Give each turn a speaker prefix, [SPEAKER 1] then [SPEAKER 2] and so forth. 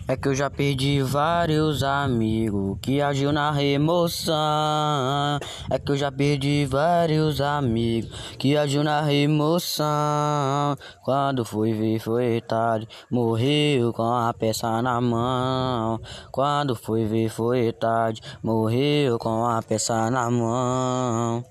[SPEAKER 1] É que eu já perdi vários amigos que agiu na remoção. É que eu já perdi vários amigos que agiu na remoção. Quando fui ver foi tarde, morreu com a peça na mão. Quando fui ver foi tarde, morreu com a peça na mão.